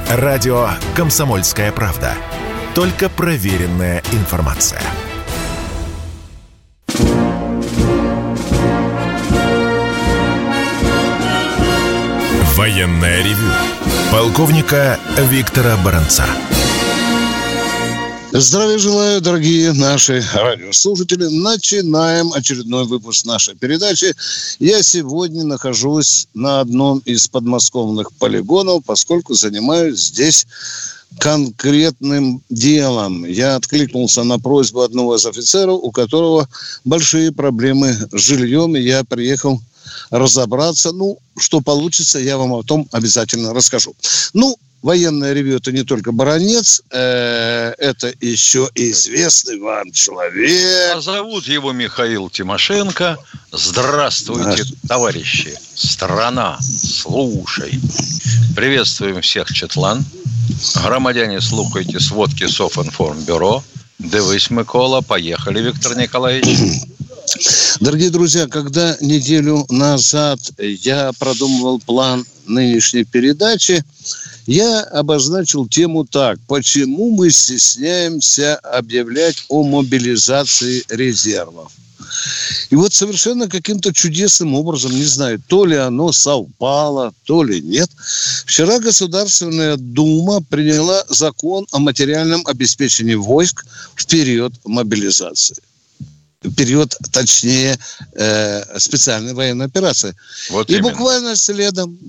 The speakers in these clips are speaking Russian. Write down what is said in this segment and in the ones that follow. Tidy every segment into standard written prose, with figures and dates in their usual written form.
Радио «Комсомольская правда». Только проверенная информация. Военное ревю полковника Виктора Баранца. Здравия желаю, дорогие наши радиослушатели. Начинаем очередной выпуск нашей передачи. Я сегодня нахожусь на одном из подмосковных полигонов, поскольку занимаюсь здесь конкретным делом. Я откликнулся на просьбу одного из офицеров, у которого большие проблемы с жильем, и я приехал разобраться. Что получится, я вам о том обязательно расскажу. Военное ревью – это не только Баранец, это еще известный вам человек. А зовут его Михаил Тимошенко. Здравствуйте, товарищи. Страна, слушай. Приветствуем всех, Четлан. Громадяне, слухайте сводки Софинформбюро. Дивись, Микола. Поехали, Виктор Николаевич. Дорогие друзья, когда неделю назад я продумывал план нынешней передачи, я обозначил тему так: почему мы стесняемся объявлять о мобилизации резервов. И вот совершенно каким-то чудесным образом, не знаю, то ли оно совпало, то ли нет, вчера Государственная Дума приняла закон о материальном обеспечении войск в период мобилизации. Период, точнее, специальной военной операции. Вот и буквально следом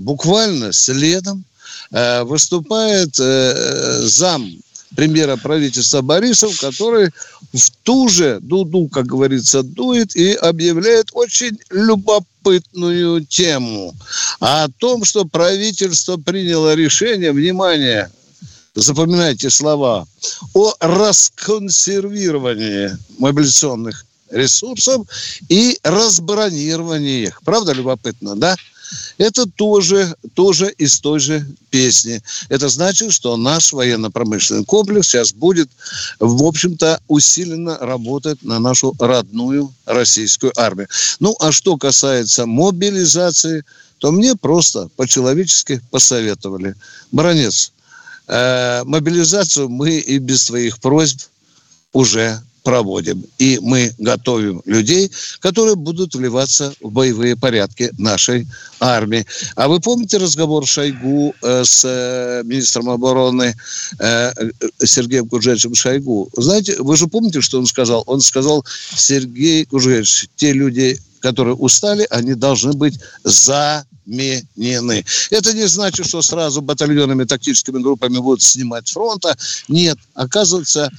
выступает зам премьера правительства Борисов, который в ту же дуду, как говорится, дует и объявляет очень любопытную тему о том, что правительство приняло решение, внимание, запоминайте слова, о расконсервировании мобилизационных ресурсов и разбронировании их. Правда любопытно, да? Это тоже из той же песни. Это значит, что наш военно-промышленный комплекс сейчас будет, в общем-то, усиленно работать на нашу родную российскую армию. А что касается мобилизации, то мне просто по-человечески посоветовали: Баранец, мобилизацию мы и без твоих просьб уже проводим. И мы готовим людей, которые будут вливаться в боевые порядки нашей армии. А вы помните разговор Шойгу с министром обороны Сергеем Куджевичем Шойгу? Знаете, вы же помните, что он сказал? Он сказал: Сергей Куджевич, те люди, которые устали, они должны быть заменены. Это не значит, что сразу батальонами, тактическими группами будут снимать с фронта. Нет, оказывается,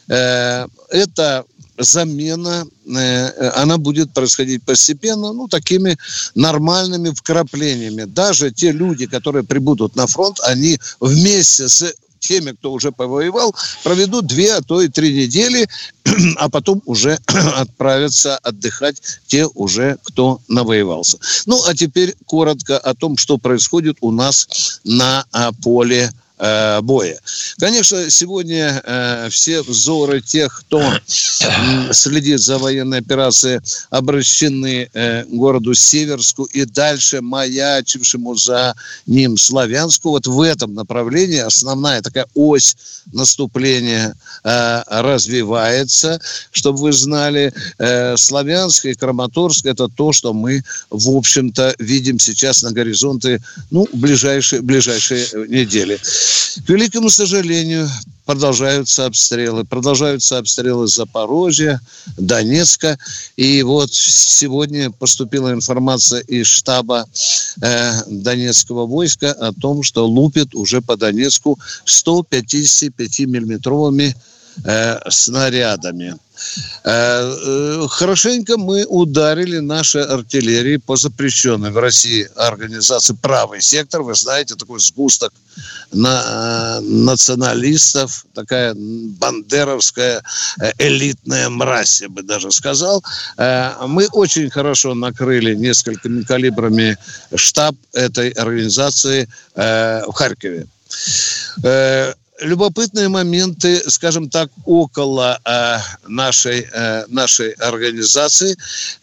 эта замена, она будет происходить постепенно, такими нормальными вкраплениями. Даже те люди, которые прибудут на фронт, они вместе с теми, кто уже повоевал, проведут 2, а то и 3 недели, а потом уже отправятся отдыхать те уже, кто навоевался. А теперь коротко о том, что происходит у нас на поле боя. Конечно, сегодня все взоры тех, кто следит за военной операцией, обращены к городу Северску и дальше маячившему за ним Славянску. Вот в этом направлении основная такая ось наступления развивается. Чтобы вы знали, Славянск и Краматорск — это то, что мы, в общем-то, видим сейчас на горизонте в ближайшие недели. К великому сожалению, продолжаются обстрелы Запорожья, Донецка. И вот сегодня поступила информация из штаба Донецкого войска о том, что лупит уже по Донецку 155-миллиметровыми снарядами. Хорошенько мы ударили нашей артиллерией по запрещенной в России организации «Правый сектор». Вы знаете, такой сгусток националистов, такая бандеровская элитная мразь, я бы даже сказал. Мы очень хорошо накрыли несколькими калибрами штаб этой организации в Харькове. любопытные моменты, скажем так, около нашей организации,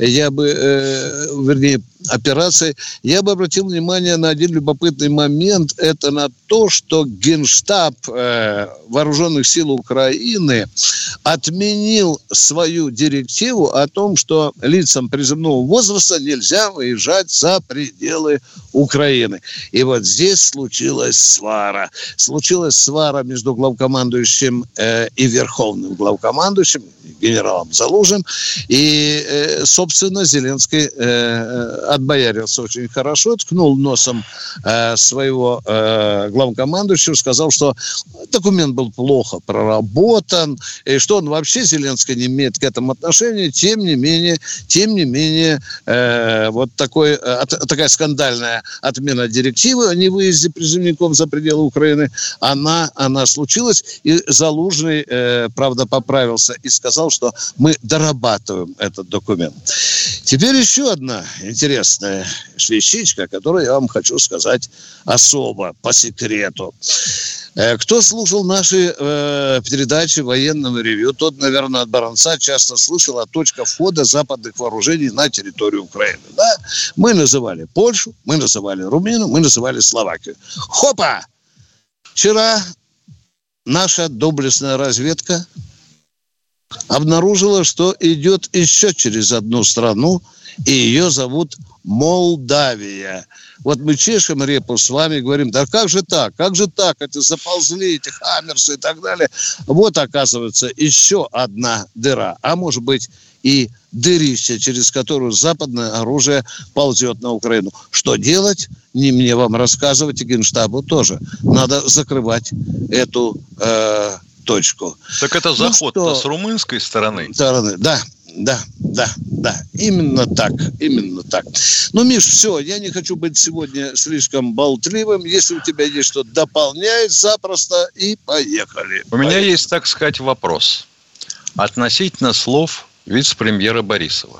операции, я бы обратил внимание на один любопытный момент. Это на то, что Генштаб Вооруженных сил Украины отменил свою директиву о том, что лицам призывного возраста нельзя выезжать за пределы Украины. И вот здесь случилась свара. Случилась свара между главкомандующим и верховным главкомандующим, генералом Залужным. И, собственно, Зеленский отбоярился очень хорошо, ткнул носом своего главкомандующего, сказал, что документ был плохо проработан, и что он вообще, Зеленский, не имеет к этому отношения. Тем не менее, вот такая скандальная отмена директивы о невыезде призывников за пределы Украины, она случилась, и Залужный, правда, поправился и сказал, что мы дорабатываем этот документ. Теперь еще одна интересная вещичка, которую я вам хочу сказать особо, по секрету. Кто слушал наши передачи военного ревью, тот, наверное, от Баранца часто слышал о точках входа западных вооружений на территорию Украины. Да? Мы называли Польшу, мы называли Румынию, мы называли Словакию. Хопа! Вчера наша доблестная разведка обнаружила, что идет еще через одну страну, и ее зовут Молдавия. Вот мы чешем репу с вами, говорим, да как же так, это заползли эти хаммерсы и так далее. Вот, оказывается, еще одна дыра, а может быть и дырище, через которую западное оружие ползет на Украину. Что делать? Не мне вам рассказывать, и Генштабу тоже. Надо закрывать эту точку. Так это заход-то с румынской стороны? Да, именно так. Ну, Миш, все, я не хочу быть сегодня слишком болтливым. Если у тебя есть что дополнять, запросто, и поехали. У меня есть, так сказать, вопрос относительно слов вице-премьера Борисова.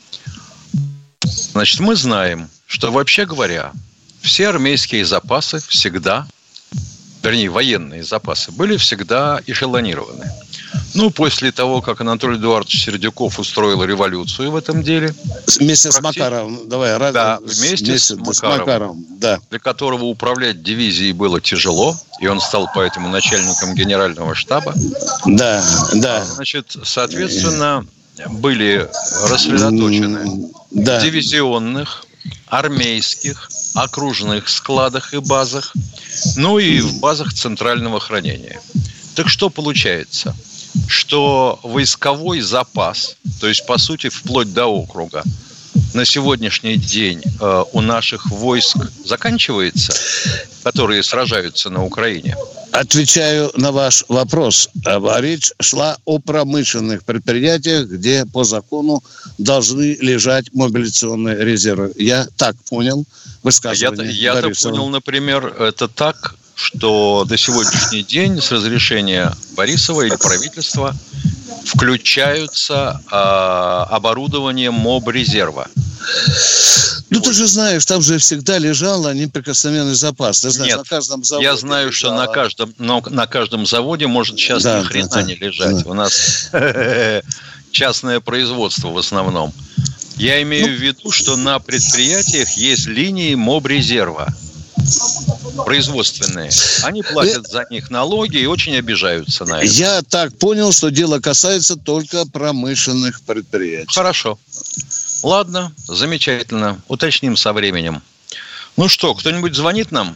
Значит, мы знаем, что, вообще говоря, все армейские запасы всегда, вернее, военные запасы, были всегда эшелонированы. Ну, после того, как Анатолий Эдуардович Сердюков устроил революцию в этом деле. Вместе с Макаровым. Вместе с Макаровым. Да. Для которого управлять дивизией было тяжело, и он стал поэтому начальником генерального штаба. Да. Значит, соответственно, были рассредоточены в дивизионных, армейских, окружных складах и базах, ну и в базах центрального хранения. Так что получается? Что войсковой запас, то есть, по сути, вплоть до округа, на сегодняшний день у наших войск заканчивается, которые сражаются на Украине? Отвечаю на ваш вопрос. Речь шла о промышленных предприятиях, где по закону должны лежать мобилизационные резервы. Я так понял высказывание Я так понял, например, это так, что до сегодняшний день с разрешения Борисова или правительства включаются оборудование мобрезерва. Ну, ты же знаешь, там же всегда лежал неприкосновенный запас. Ты знаешь, Нет, на каждом заводе я знаю, что на каждом заводе может сейчас ни хрена не лежать. У нас частное производство в основном. Я имею в виду, что на предприятиях есть линии мобрезерва. Производственные. Они платят за них налоги и очень обижаются на это. Я так понял, что дело касается только промышленных предприятий. Хорошо. Ладно, замечательно. Уточним со временем. Ну что, кто-нибудь звонит нам?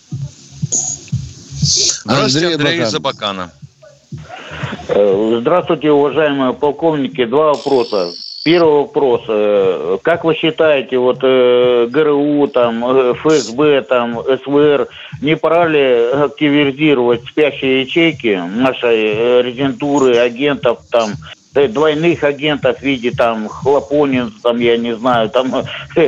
Здравствуйте, Андрей из Абакана. Здравствуйте, уважаемые полковники. Два вопроса. Первый вопрос. Как вы считаете, вот ГРУ, там, ФСБ, там, СВР, не пора ли активизировать спящие ячейки нашей резидентуры, агентов, там, двойных агентов в виде, там, Хлопонин, там, я не знаю, там,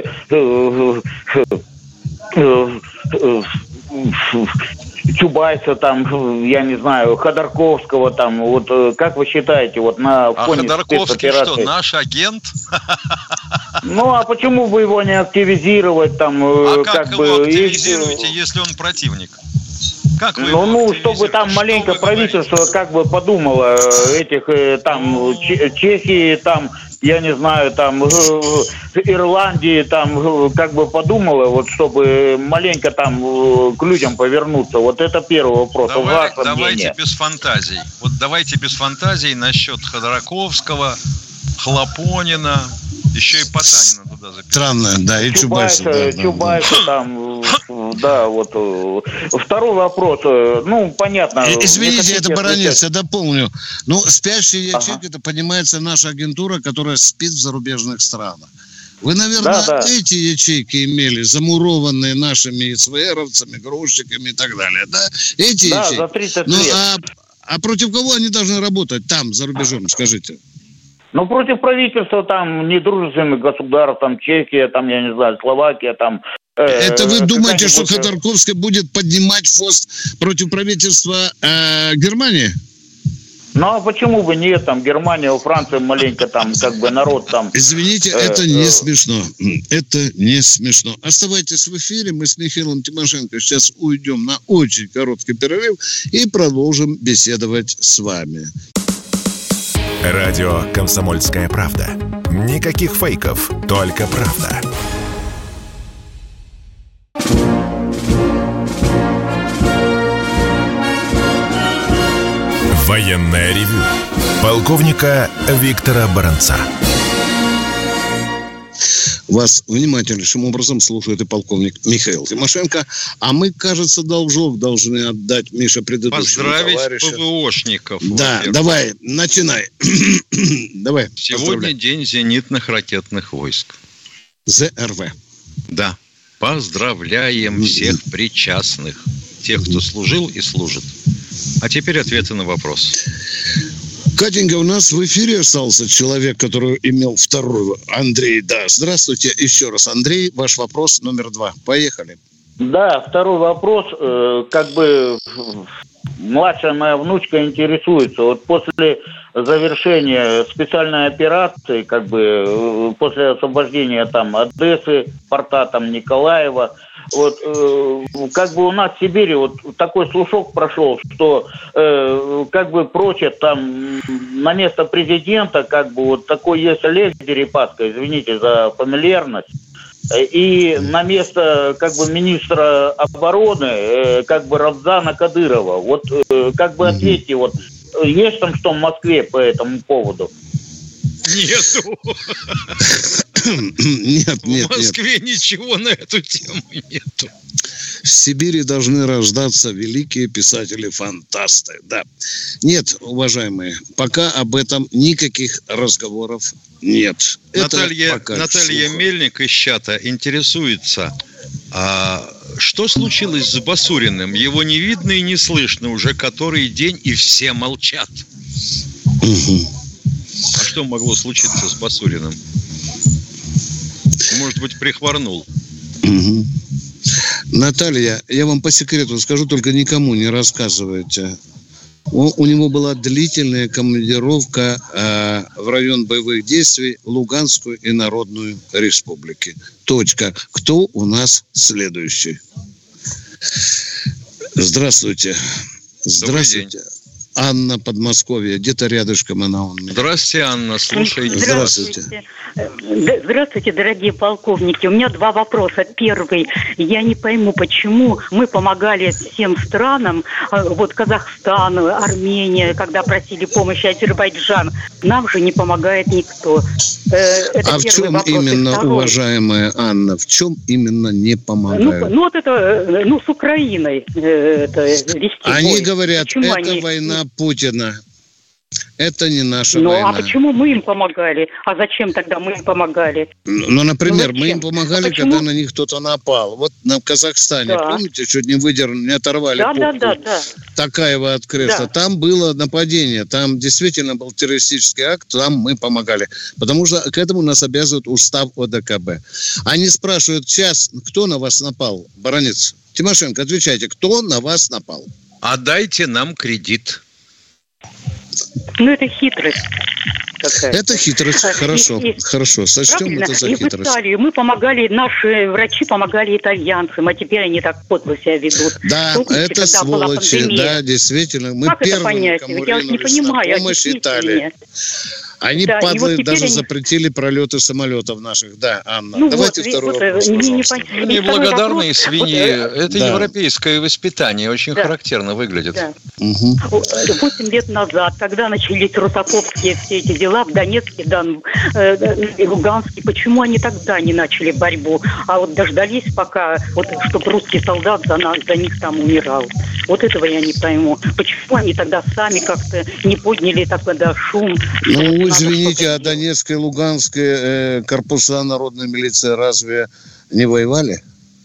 Чубайса, там, я не знаю, Ходорковского, там, вот как вы считаете, вот на фоне Ходорковский что, наш агент? Ну, а почему бы его не активизировать, там, как бы... его активизируете, если он противник? Как вы чтобы там маленько правительство говорите? как бы подумало, этих там Чехии, там, я не знаю, там Ирландии, там как бы подумала, вот чтобы маленько там к людям повернуться. Вот это первый вопрос. Давайте без фантазий. Вот давайте без фантазий насчет Ходорковского, Хлопонина, еще и Потанина туда записали. Странно, да, и Чубайса. Чубайса там, да, вот. Второй вопрос, понятно. Извините, это Баранец, я дополню. Спящие ячейки, это понимается наша агентура, которая спит в зарубежных странах. Вы, наверное, эти ячейки имели, замурованные нашими СВРовцами, грузчиками и так далее, да? Эти ячейки. За 30 лет. А против кого они должны работать там, за рубежом, скажите? Против правительства, там, недружественных государств, там, Чехия, там, я не знаю, Словакия, там... Это вы думаете, что Ходорковский будет поднимать фост против правительства Германии? А почему бы нет? Там Германия, Франция маленько, там, как бы народ там... Извините, это не смешно. Это не смешно. Оставайтесь в эфире. Мы с Михаилом Тимошенко сейчас уйдем на очень короткий перерыв и продолжим беседовать с вами. Радио «Комсомольская правда». Никаких фейков, только правда. Военное ревю полковника Виктора Баранца. Вас внимательнейшим образом слушает и полковник Михаил Тимошенко. А мы, кажется, должок должны отдать, Миша, предыдущему поздравить товарищу. ПВОшников. Да, давай, начинай. Давай. Сегодня день зенитных ракетных войск. ЗРВ. Да. Поздравляем всех причастных. Тех, кто служил и служит. А теперь ответы на вопрос. Катенька, у нас в эфире остался человек, который имел второй. Андрей, да. Здравствуйте еще раз. Андрей, ваш вопрос номер 2. Поехали. Да, второй вопрос. Как бы младшая моя внучка интересуется. Вот после завершения специальной операции, как бы после освобождения там Одессы, порта там Николаева, вот как бы у нас в Сибири вот такой слушок прошел, что как бы прочат там на место президента, как бы вот такой есть Олег Дерипаска, извините за фамильярность, и на место как бы министра обороны как бы Рамзана Кадырова. Вот как бы ответьте, вот есть там что в Москве по этому поводу? Нету. Нет. В Москве ничего на эту тему нету. В Сибири должны рождаться великие писатели-фантасты. Да. Нет, уважаемые, пока об этом никаких разговоров нет. Наталья Мельник из чата интересуется, что случилось с Басуриным? Его не видно и не слышно уже который день, и все молчат. А что могло случиться с Басуриным? Может быть, прихворнул. Наталья, я вам по секрету скажу, только никому не рассказывайте. У него была длительная командировка в район боевых действий Луганскую и Народную Республики. Точка. Кто у нас следующий? Здравствуйте. Здравствуйте. Анна, Подмосковье. Где-то рядышком она у меня. Здравствуйте, Анна. Слушайте. Здравствуйте. Здравствуйте, дорогие полковники. У меня 2 вопроса. Первый. Я не пойму, почему мы помогали всем странам, вот Казахстан, Армения, когда просили помощи, Азербайджан. Нам же не помогает никто. Это в чем вопрос. Именно, уважаемая Анна, в чем именно не помогают? Вот это, с Украиной это вести Они бой. Говорят, почему это война Путина. Это не наша война. А почему мы им помогали? А зачем тогда мы им помогали? Например, мы им помогали, когда на них кто-то напал. Вот на Казахстане, помните, чуть не выдернули, не оторвали Да. Такаева от кресла. Да. Там было нападение, там действительно был террористический акт, там мы помогали. Потому что к этому нас обязывает устав ОДКБ. Они спрашивают сейчас, кто на вас напал? Баранец. Тимошенко, отвечайте, кто на вас напал? А дайте нам кредит. Ну, это хитрость. Это хитрость, хорошо. Сочтем правильно? это за и хитрость. В Италию мы помогали, наши врачи помогали итальянцам, а теперь они так подло себя ведут. Да, Помните, это сволочи, да, действительно. Мы как первыми, кому ринулись на помощь, Италии. Они, да, падлы, вот даже запретили пролеты самолетов наших. Да, Анна. Ну давайте вот, второй вопрос, пожалуйста. Неблагодарные свиньи. Это европейское воспитание. Очень характерно выглядит. Да. 8 лет назад, когда начались русофобские все эти дела в Донецке, и Луганске, почему они тогда не начали борьбу? А вот дождались пока, чтобы русский солдат за них там умирал. Вот этого я не пойму. Почему они тогда сами как-то не подняли тогда шум? Ну, извините, а Донецкая и Луганская корпуса народной милиции разве не воевали?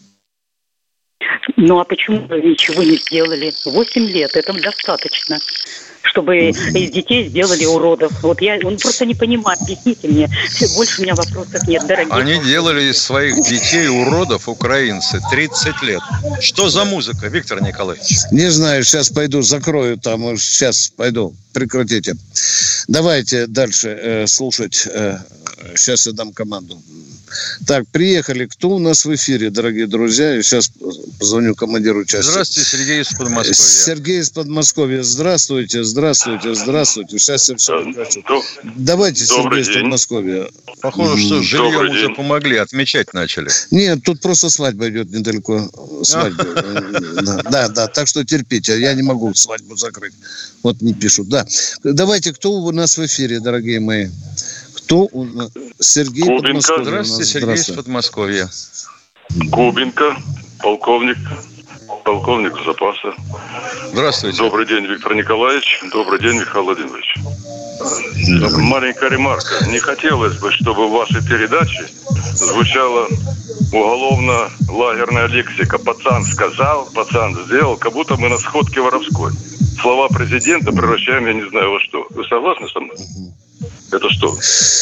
Ну, а почему ничего не сделали? 8 лет, этого достаточно, чтобы из детей сделали уродов. Вот он просто не понимает, объясните мне. Больше у меня вопросов нет, дорогие. Они делали из своих детей уродов, украинцы, 30 лет. Что за музыка, Виктор Николаевич? Не знаю, сейчас пойду, закрою там, сейчас пойду. Прекратите. Давайте дальше слушать. Сейчас я дам команду. Так, приехали. Кто у нас в эфире, дорогие друзья? Я сейчас позвоню командиру части. Здравствуйте, Сергей из Подмосковья. Сергей из Подмосковья. Здравствуйте. Сейчас я все прекращу. Давайте, Сергей из Подмосковья. Похоже, что жильем уже помогли, отмечать начали. Нет, тут просто свадьба идет недалеко. Свадьба. Да, так что терпите. Я не могу свадьбу закрыть. Вот не пишут. Да. Давайте, кто у нас в эфире, дорогие мои? Кто у нас? Сергей Подмосковья. Здравствуйте, Сергей из Подмосковья. Губенко, полковник запаса. Здравствуйте. Добрый день, Виктор Николаевич. Добрый день, Михаил Владимирович. Маленькая ремарка. Не хотелось бы, чтобы в вашей передаче звучала уголовно-лагерная лексика. Пацан сказал, пацан сделал, как будто мы на сходке воровской. Слова президента превращаем, я не знаю во что. Вы согласны со мной? Это что?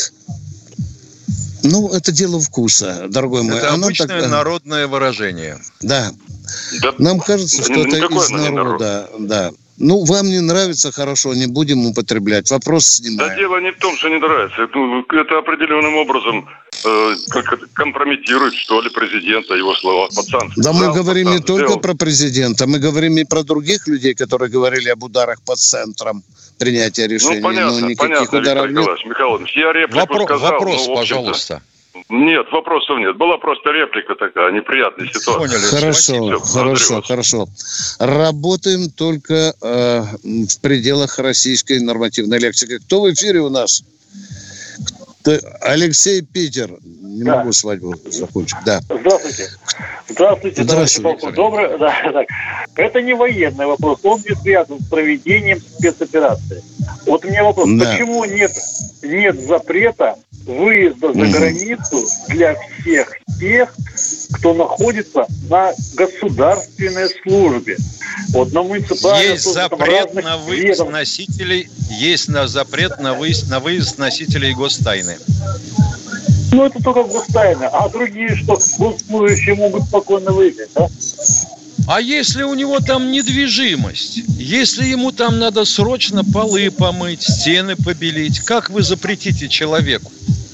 Ну, это дело вкуса, дорогой мой. Это обычное народное выражение. Да. Нам кажется, что это из народа. Да. Ну, вам не нравится, хорошо, не будем употреблять. Вопрос снимаем. Да дело не в том, что не нравится. Это определенным образом компрометирует, что ли, президента, его слова. Пацан сказал, да, мы говорим не только сделал. про президента, мы говорим и про других людей, которые говорили об ударах по центрам принятия решений. Понятно, Виктор Николаевич. Михаил Ильич, я реплику сказал. Вопрос, пожалуйста. Нет, вопросов нет. Была просто реплика такая, неприятная ситуация. Хорошо. Работаем только в пределах российской нормативной лексики. Кто в эфире у нас? Алексей, Питер. Не могу свадьбу закончить. Да. Здравствуйте, товарищ полковник. Добрый. Да. Это не военный вопрос. Он не связан с проведением спецоперации. Вот у меня вопрос. Да. Почему нет запрета выезда за границу для всех тех, кто находится на государственной службе? Вот на муниципальной есть запрет на выезд носителей, запрет на выезд носителей гостайны. Ну, это только гостайна. А другие что? Госслужащие могут спокойно выехать, да? А если у него там недвижимость? Если ему там надо срочно полы помыть, стены побелить, как вы запретите человеку?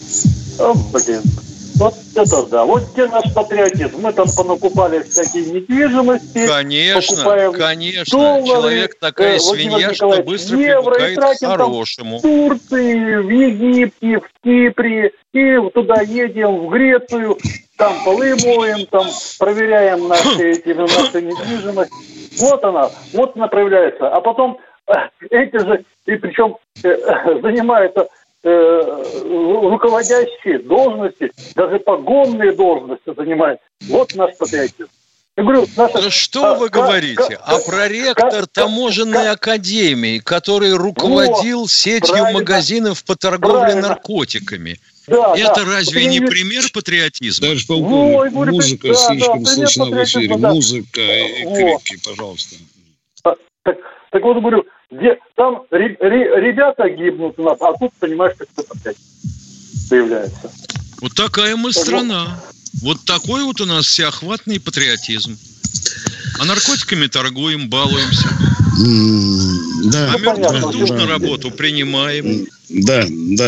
Вот это да. Вот где наш патриотизм. Мы там понакупали всякие недвижимости. Конечно. Доллары, Человек такая свинья, что быстро привыкает к хорошему. В Турции, в Египте, в Кипре. И туда едем, в Грецию. Там полы моем, там проверяем нашу недвижимость. Вот она проявляется. А потом эти же, и причем занимаются руководящие должности, даже погонные должности занимают. Вот наш патриотизм. Я говорю, что вы говорите? А проректор таможенной академии, который руководил сетью магазинов по торговле наркотиками. Это разве не пример патриотизма? Товарищ полковник, музыка слишком слышна в эфире. Музыка и крики, пожалуйста. Так вот, говорю, там ребята гибнут у нас, а тут, понимаешь, как-то опять появляется. Вот такая мы страна. Вот такой вот у нас всеохватный патриотизм. А наркотиками торгуем, балуемся. Да. Мертвых душ на работу принимаем. Да.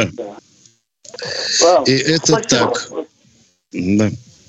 И это спасибо. Так. Да.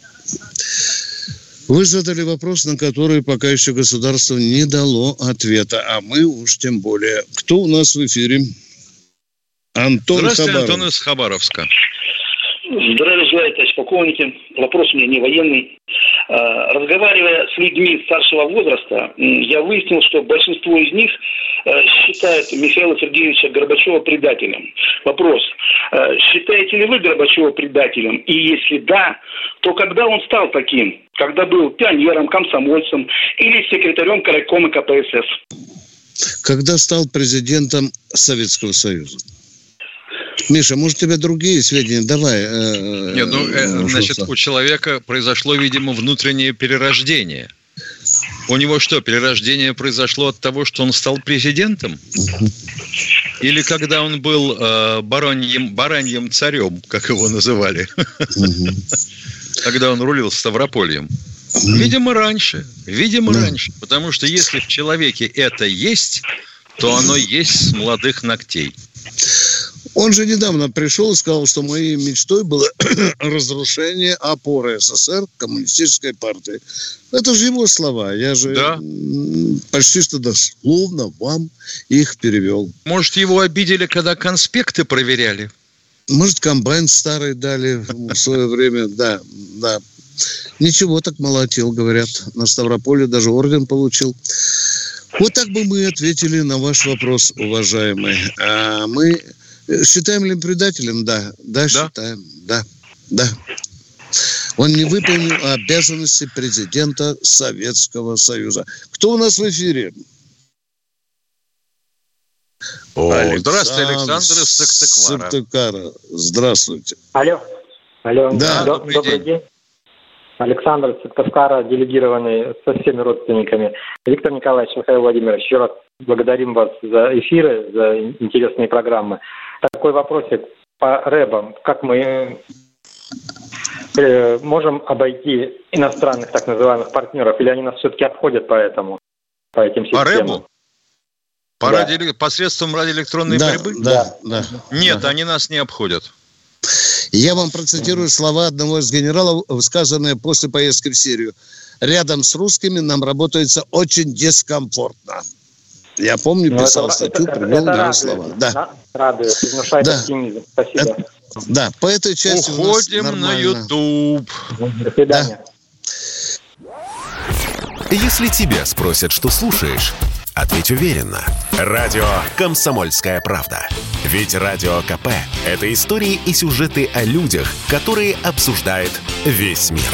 Вы задали вопрос, на который пока еще государство не дало ответа, а мы уж тем более. Кто у нас в эфире? Антон Здравствуйте, Хабаров. Антон из Хабаровска. Здравия желаю, товарищ полковники. Вопрос у меня не военный. Разговаривая с людьми старшего возраста, я выяснил, что большинство из них считают Михаила Сергеевича Горбачева предателем. Вопрос. Считаете ли вы Горбачева предателем? И если да, то когда он стал таким? Когда был пионером, комсомольцем или секретарем горкома КПСС? Когда стал президентом Советского Союза. Миша, может, у тебя другие сведения? Давай. Нет, значит, у человека произошло, видимо, внутреннее перерождение. У него что, перерождение произошло от того, что он стал президентом? Или когда он был бараньим царем, как его называли? Когда он рулил Ставропольем? Видимо, раньше. Потому что если в человеке это есть, то оно есть с молодых ногтей. Он же недавно пришел и сказал, что моей мечтой было разрушение опоры СССР, коммунистической партии. Это же его слова. Я же почти что дословно вам их перевел. Может, его обидели, когда конспекты проверяли? Может, комбайн старый дали в свое время. Да. Ничего, так молотил, говорят. На Ставрополе даже орден получил. Вот так бы мы ответили на ваш вопрос, уважаемый. Мы считаем ли предателем? Да, считаем. Да. Он не выполнил обязанности президента Советского Союза. Кто у нас в эфире? Здравствуйте, Александр из Сыктывкара. Здравствуйте. Алло. Да. Добрый день. Александр из Сыктывкара, делегированный со всеми родственниками. Виктор Николаевич, Михаил Владимирович, еще раз благодарим вас за эфиры, за интересные программы. Такой вопросик по рэбам. Как мы можем обойти иностранных так называемых партнеров? Или они нас все-таки обходят по этим системам? По рэбу? Посредством радиоэлектронной борьбы? Да. Нет, они нас не обходят. Я вам процитирую слова одного из генералов, высказанные после поездки в Сирию. Рядом с русскими нам работается очень дискомфортно. Я помню, писал статью, привел его слова. Да. Радует, внушает оптимизм. Спасибо. Да, по этой части уходим на YouTube. До свидания. Если тебя спросят, что слушаешь, ответь уверенно. Радио «Комсомольская правда». Ведь Радио КП – это истории и сюжеты о людях, которые обсуждает весь мир.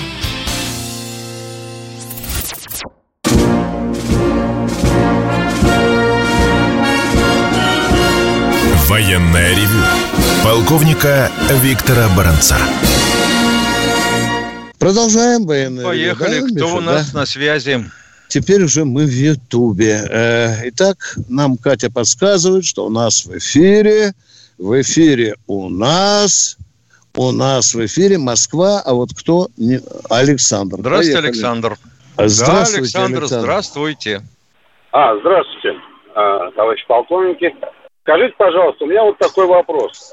Военное ревю полковника Виктора Баранца. Продолжаем военное ревю. Поехали. Да, кто Миша, у нас на связи? Теперь уже мы в Ютубе. Итак, нам Катя подсказывает, что у нас в эфире у нас в эфире Москва, а вот кто? Александр. Здравствуйте, Поехали. Александр. Здравствуйте, Александр. Здравствуйте. Здравствуйте, товарищи полковники. Скажите, пожалуйста, у меня вот такой вопрос.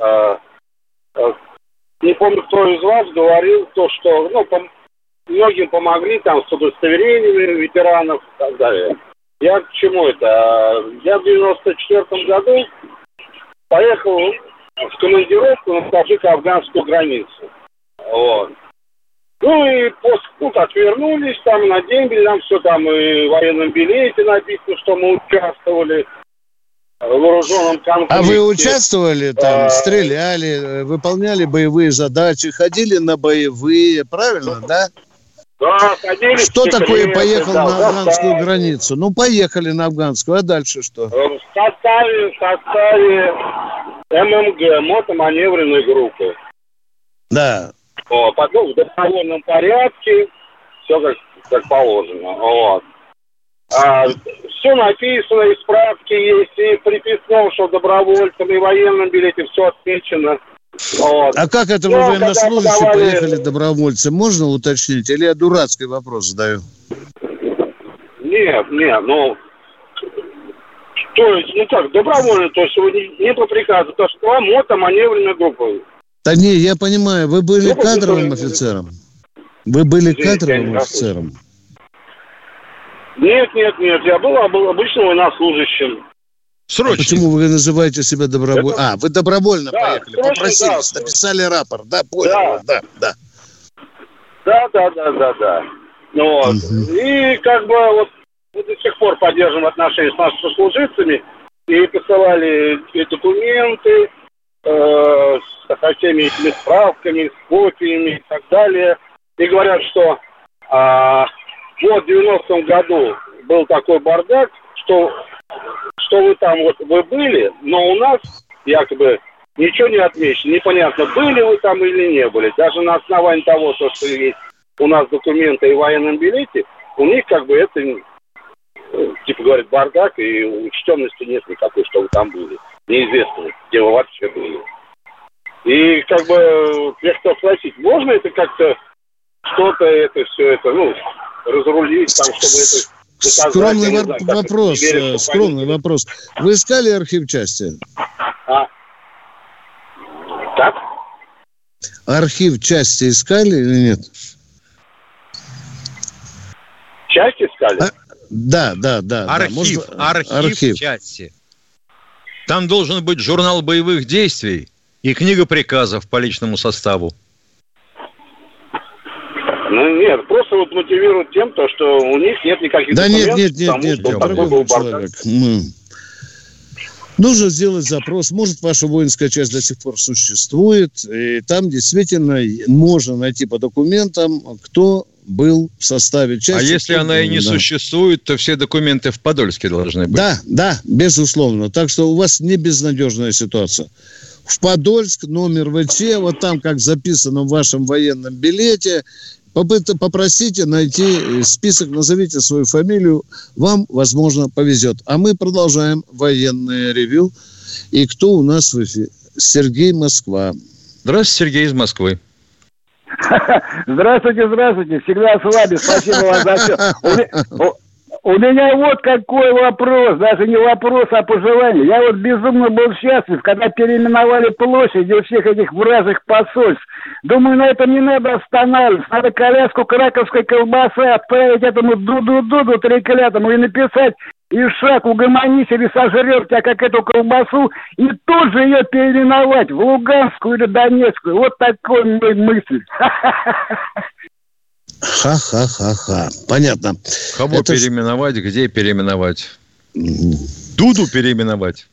Не помню, кто из вас говорил то, что многим помогли там с удостоверениями ветеранов и так далее. Я к чему это? Я в 94-м году поехал в командировку на таджико-афганскую границу. Вот. И как вернулись, там на дембель, нам все там и в военном билете написано, что мы участвовали в вооруженном конфликте. А вы участвовали там, стреляли, выполняли боевые задачи, ходили на боевые, правильно, да? Да, ходили. Что такое поехал на афганскую границу? Поехали на афганскую, а дальше что? В составе ММГ, мотоманевренной группы. Да. Потом в добровольном порядке, все как положено. Вот. Все написано, и справки есть, и приписано, что добровольцам и в военном билете все отмечено. Вот. А как это вы военнослужащие поехали добровольцы? Можно уточнить? Или я дурацкий вопрос задаю? Нет, То есть, добровольно, то есть не по приказу, потому что мотоманевренная группа. Да не, я понимаю, вы были кадровым офицером? Вы были кадровым офицером? Нет, я был обычным военнослужащим. Срочно. Почему вы называете себя добровольно? Вы добровольно поехали, срочно, попросились, написали рапорт, да, понял, да. Да. Вот. И мы до сих пор поддерживаем отношения с нашими сослуживцами и посылали и документы со всеми этими справками, с копиями и так далее. И говорят, что в 90-м году был такой бардак, что вы там вы были, но у нас якобы ничего не отмечено. Непонятно, были вы там или не были. Даже на основании того, что есть у нас документы и в военном билете, у них это, говорят, бардак, и учтенности нет никакой, что вы там были. Неизвестно, где вы вообще были. И я хотел спросить, можно это как-то что-то все это, разрулить, там, чтобы это... Скромный вопрос. Вы искали архив части? Так? Архив части искали или нет? Часть искали? Да. Архив части. Там должен быть журнал боевых действий и книга приказов по личному составу. Нет, просто мотивируют тем, что у них нет никаких документов. Нет, дорогой человек. Нужно сделать запрос. Может, ваша воинская часть до сих пор существует, и там действительно можно найти по документам, кто был в составе части. А если она и не существует, то все документы в Подольске должны быть. Да, безусловно. Так что у вас не безнадежная ситуация. В Подольск, номер ВЧ, вот там, как записано в вашем военном билете, попросите найти список, назовите свою фамилию, вам, возможно, повезет. А мы продолжаем военное ревью. И кто у нас в эфире? Сергей, Москва. Здравствуйте, Сергей из Москвы. Здравствуйте. Всегда с вами. Спасибо вам за все. У меня вот какой вопрос, даже не вопрос, а пожелание. Я безумно был счастлив, когда переименовали площади у всех этих вражьих посольств. Думаю, на этом не надо останавливаться. Надо коляску краковской колбасы отправить этому Дуду треклятому и написать: «Ишак, угомонись, или сожрет тебя, как эту колбасу», и тут же ее переименовать в Луганскую или Донецкую. Вот такой мой мысль. Ха-ха-ха-ха. Понятно. Кого переименовать, где переименовать? Дуду переименовать?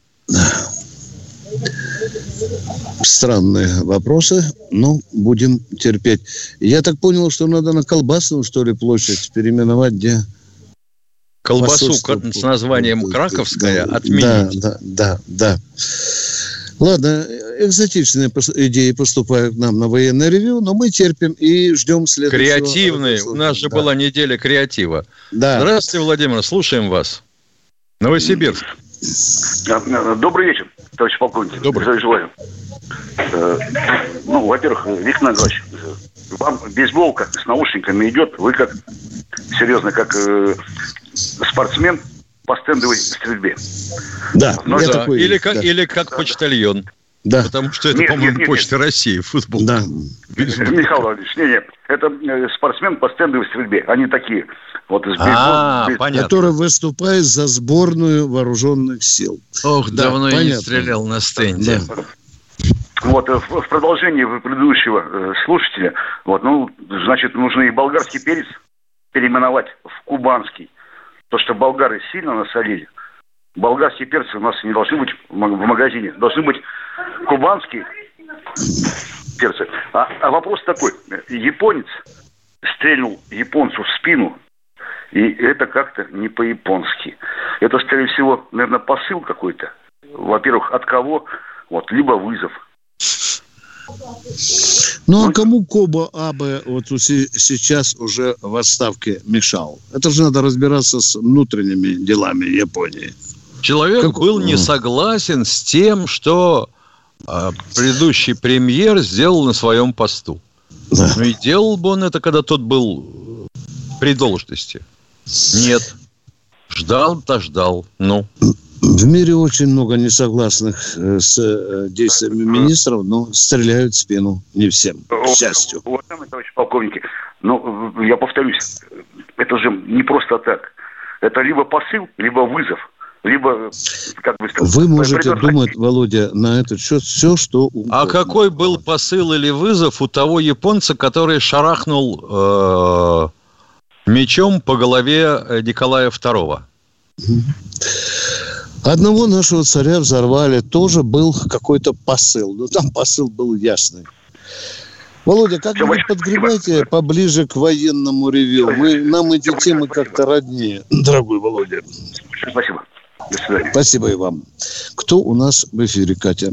Странные вопросы, но будем терпеть. Я так понял, что надо на Колбасную, что ли, площадь переименовать, где... Колбасу с названием Краковская отменить. Да. Ладно, экзотичные идеи поступают к нам на военное ревью, но мы терпим и ждем следующего. Креативные. У нас же была неделя креатива. Да. Здравствуйте, Владимир, слушаем вас. Новосибирск. Добрый вечер, товарищ полковник. Добрый. Желаю. Во-первых, Виктор Николаевич, вам бейсболка с наушниками идет. Вы как серьезно, как спортсмен по стендовой стрельбе. Да. Такой, или как почтальон. Да. Потому что это, по-моему, Почта России, футбол. Да. Михаил Владимирович, нет. Это спортсмен по стендовой стрельбе. Они такие. Понятно. Который выступает за сборную вооруженных сил. Ох, да, давно я не стрелял на стенде. Да. В продолжении предыдущего слушателя, значит, нужно и болгарский перец переименовать в кубанский. То, что болгары сильно насолили. Болгарские перцы у нас не должны быть в магазине. Должны быть кубанские перцы. А вопрос такой. Японец стрельнул японцу в спину, и это как-то не по-японски. Это, скорее всего, наверное, посыл какой-то. Во-первых, от кого? Либо вызов. А кому Коба Абе сейчас уже в отставке мешал? Это же надо разбираться с внутренними делами Японии. Человек был не согласен с тем, что предыдущий премьер сделал на своем посту. Да. И делал бы он это, когда тот был при должности. Нет. Ждал. В мире очень много несогласных с действиями министров, но стреляют в спину не всем, к счастью. Уважаемые товарищи полковники, я повторюсь, это же не просто так. Это либо посыл, либо вызов, либо... Вы можете думать, Володя, на этот счет все, что угодно. А какой был посыл или вызов у того японца, который шарахнул мечом по голове Николая II? Одного нашего царя взорвали, тоже был какой-то посыл. Но там посыл был ясный. Володя, как-нибудь подгребайте поближе к военному ревью. Нам эти темы как-то роднее, дорогой Володя. Спасибо. До свидания. Спасибо и вам. Кто у нас в эфире, Катя?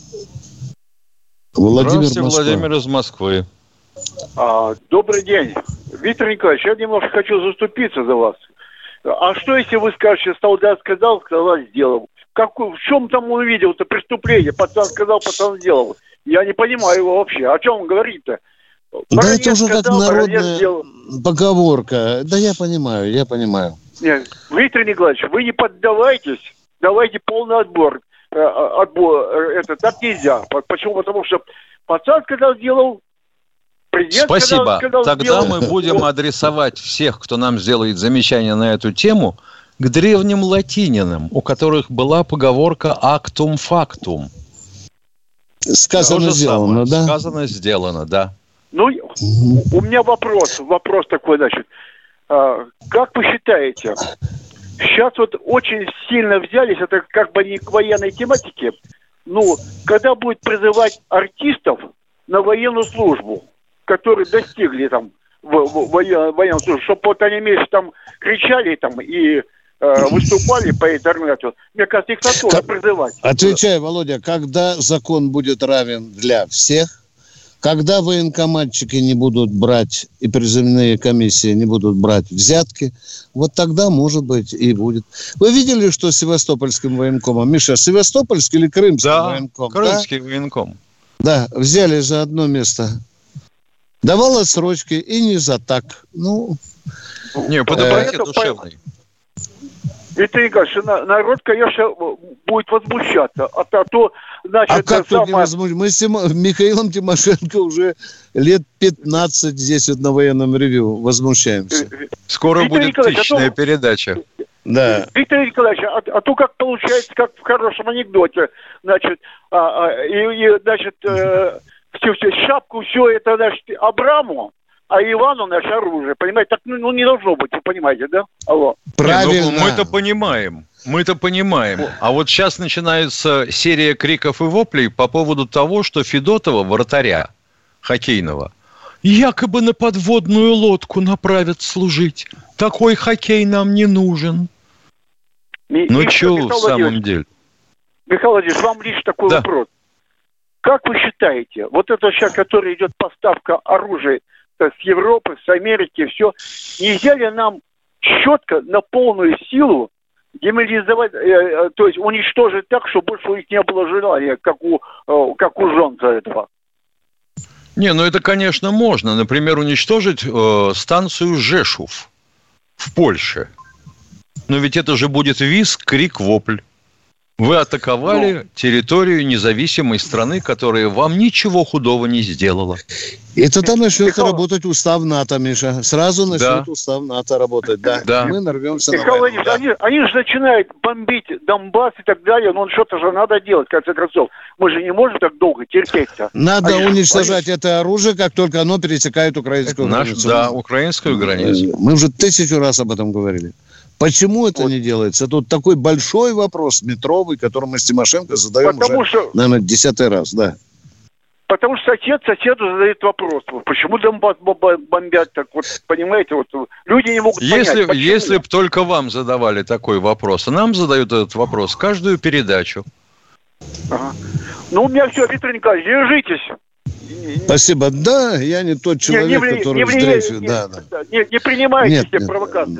Владимир, Москва. Владимир из Москвы. Добрый день. Виктор Николаевич, я немножко хочу заступиться за вас. А что, если вы скажете, солдат сказал, сделал? В чем там он увидел-то преступление? Пацан сказал, пацан сделал. Я не понимаю его вообще. О чем он говорит-то? Да это уже как народная поговорка. Да я понимаю. Нет, Виктор Николаевич, вы не поддавайтесь. Давайте полный отбор. Так нельзя. Почему? Потому что пацан сказал, сделал. Спасибо. Тогда мы будем адресовать всех, кто нам сделает замечание на эту тему, к древним латининам, у которых была поговорка «actum factum». Сказано, сделано, да? Сказано, сделано, да. У меня вопрос такой, значит. Как вы считаете, сейчас очень сильно взялись, это как бы не к военной тематике, когда будет призывать артистов на военную службу, которые достигли там военную службу, чтобы они меньше там кричали там и выступали по интернету. Мне кажется, их тоже призывать. Отвечай, Володя, когда закон будет равен для всех, когда военкоматчики не будут брать и призывные комиссии не будут брать взятки, вот тогда, может быть, и будет. Вы видели, что с Севастопольским военкомом? Миша, Севастопольский или Крымский военком? Крымский военком. Да, взяли за одно место. Давал отсрочки и не за так. Не, по доброте душевной. Виктор Николаевич, народ, конечно, будет возмущаться. Значит, как тут не возмущаться? Мы с Михаилом Тимошенко уже лет 15 здесь на военном ревью возмущаемся. Скоро будет 1000-я передача. Да. Виктор Николаевич, как получается, как в хорошем анекдоте, значит, шапку все это, значит, Абраму, а Ивану наше оружие, понимаете? Так, не должно быть, вы понимаете, да? Алло. Правильно. Мы-то понимаем. А вот сейчас начинается серия криков и воплей по поводу того, что Федотова, вратаря хоккейного, якобы на подводную лодку направят служить. Такой хоккей нам не нужен. Что в самом деле? Михаил Владимирович, вам лишь такой вопрос. Как вы считаете, вот это сейчас, которая идет поставка оружия с Европы, с Америки, все, нельзя ли нам четко на полную силу демобилизовать, то есть уничтожить так, чтобы больше у них не было желания, как у жен за этого? Это, конечно, можно. Например, уничтожить станцию Жешув в Польше. Но ведь это же будет визг, крик, вопль. Вы атаковали территорию независимой страны, которая вам ничего худого не сделала. И тогда начнет работать устав НАТО, Миша. Сразу начнет устав НАТО работать. Да. Мы нарвемся на войну. Они же начинают бомбить Донбасс и так далее. Но что-то же надо делать, в конце концов. Мы же не можем так долго терпеть-то. Надо уничтожать это оружие, как только оно пересекает украинскую границу. Да, украинскую границу. Мы уже 1000 раз об этом говорили. Почему это не делается? Тут такой большой вопрос, метровый, который мы с Тимошенко задаем наверное, 10-й раз, да. Потому что соседу задает вопрос, почему Донбасс бомбят так, понимаете, люди не могут понять. Если бы только вам задавали такой вопрос, а нам задают этот вопрос каждую передачу. Ага. У меня все, Виктор Николаевич, держитесь. Спасибо. Да, я не тот человек, который в дрейфе. Не принимайте все провокации.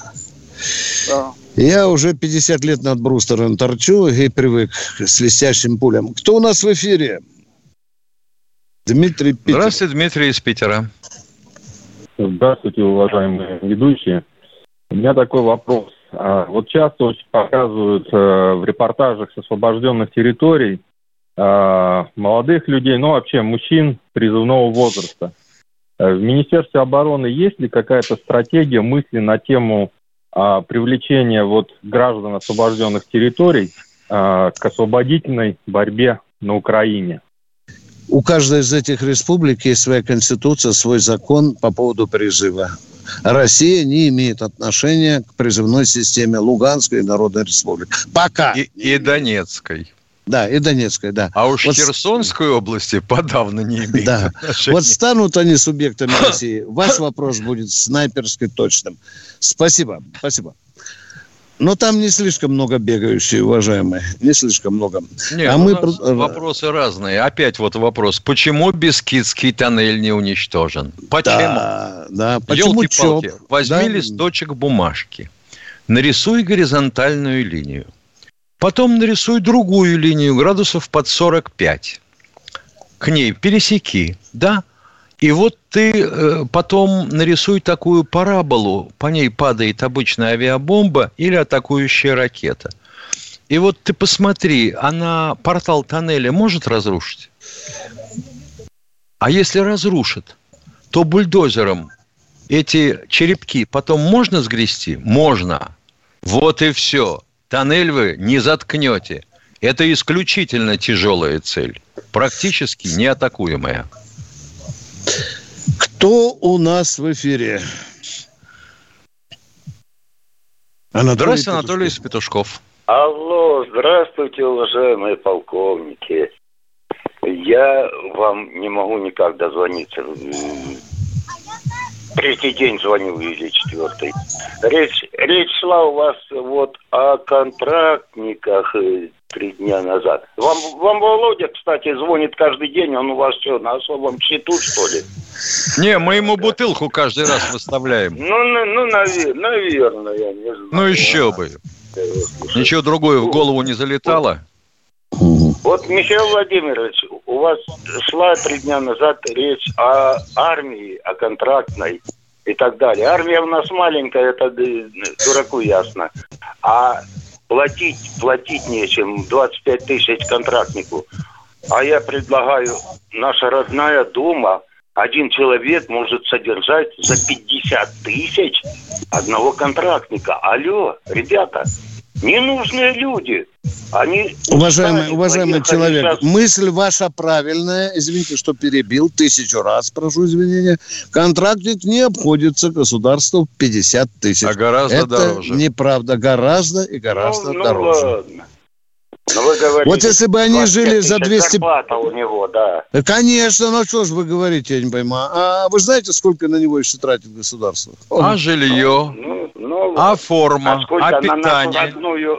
Да. Я уже 50 лет над брустером торчу и привык к свистящим пулям. Кто у нас в эфире? Дмитрий Питер. Здравствуйте, Дмитрий из Питера. Здравствуйте, уважаемые ведущие. У меня такой вопрос. Вот часто очень показывают в репортажах с освобожденных территорий молодых людей, ну вообще мужчин призывного возраста. В Министерстве обороны есть ли какая-то стратегия, мысли на тему привлечения вот граждан освобожденных территорий к освободительной борьбе на Украине? У каждой из этих республик есть своя конституция, свой закон по поводу призыва. Россия не имеет отношения к призывной системе Луганской Народной Республики. Пока. И Донецкой. Да, и Донецкой, да. А уж вот Херсонской области подавно не имеет отношения. Вот станут они субъектами России, ваш вопрос будет снайперски точным. Спасибо. Но там не слишком много бегающих, уважаемые. Не слишком много. Нет, у нас вопросы разные. Опять вот вопрос. Почему Бескидский тоннель не уничтожен? Почему? Да. Почему Ёлки-палки. Возьми листочек бумажки. Нарисуй горизонтальную линию. Потом нарисуй другую линию градусов под 45. К ней пересеки, да? И вот ты потом нарисуй такую параболу, по ней падает обычная авиабомба или атакующая ракета. И вот ты посмотри, она портал тоннеля может разрушить? А если разрушит, то бульдозером эти черепки потом можно сгрести? Можно. Вот и все. Тоннель вы не заткнете. Это исключительно тяжелая цель, практически неатакуемая. Кто у нас в эфире? Здравствуйте, Анатолий Петушков. Алло, здравствуйте, уважаемые полковники. Я вам не могу никак дозвониться. Третий день звоню или четвертый. Речь шла у вас вот о контрактниках 3 дня назад. Вам Володя, кстати, звонит каждый день. Он у вас что, на особом счету, что ли? Не, мы ему бутылку каждый раз выставляем. Наверное, я не знаю. Ну, еще бы. Ничего другое в голову не залетало? Вот, Михаил Владимирович, у вас шла 3 дня назад речь о армии, о контрактной и так далее. Армия у нас маленькая, это дураку ясно. А платить нечем, 25 тысяч контрактнику. А я предлагаю, наша родная Дума, один человек может содержать за 50 тысяч одного контрактника. Алло, ребята, ненужные люди. Уважаемый человек, сейчас... мысль ваша правильная. Извините, что перебил. 1000 раз прошу извинения. Контрактник не обходится государству в 50 тысяч. А гораздо это дороже. Это неправда. Гораздо и гораздо дороже. Ладно. Но вы говорите, вот если бы они жили за 200... зарплата у него, да. Конечно, ну что ж вы говорите, я не пойму. А вы знаете, сколько на него еще тратит государство? А жилье, а форма, а питание.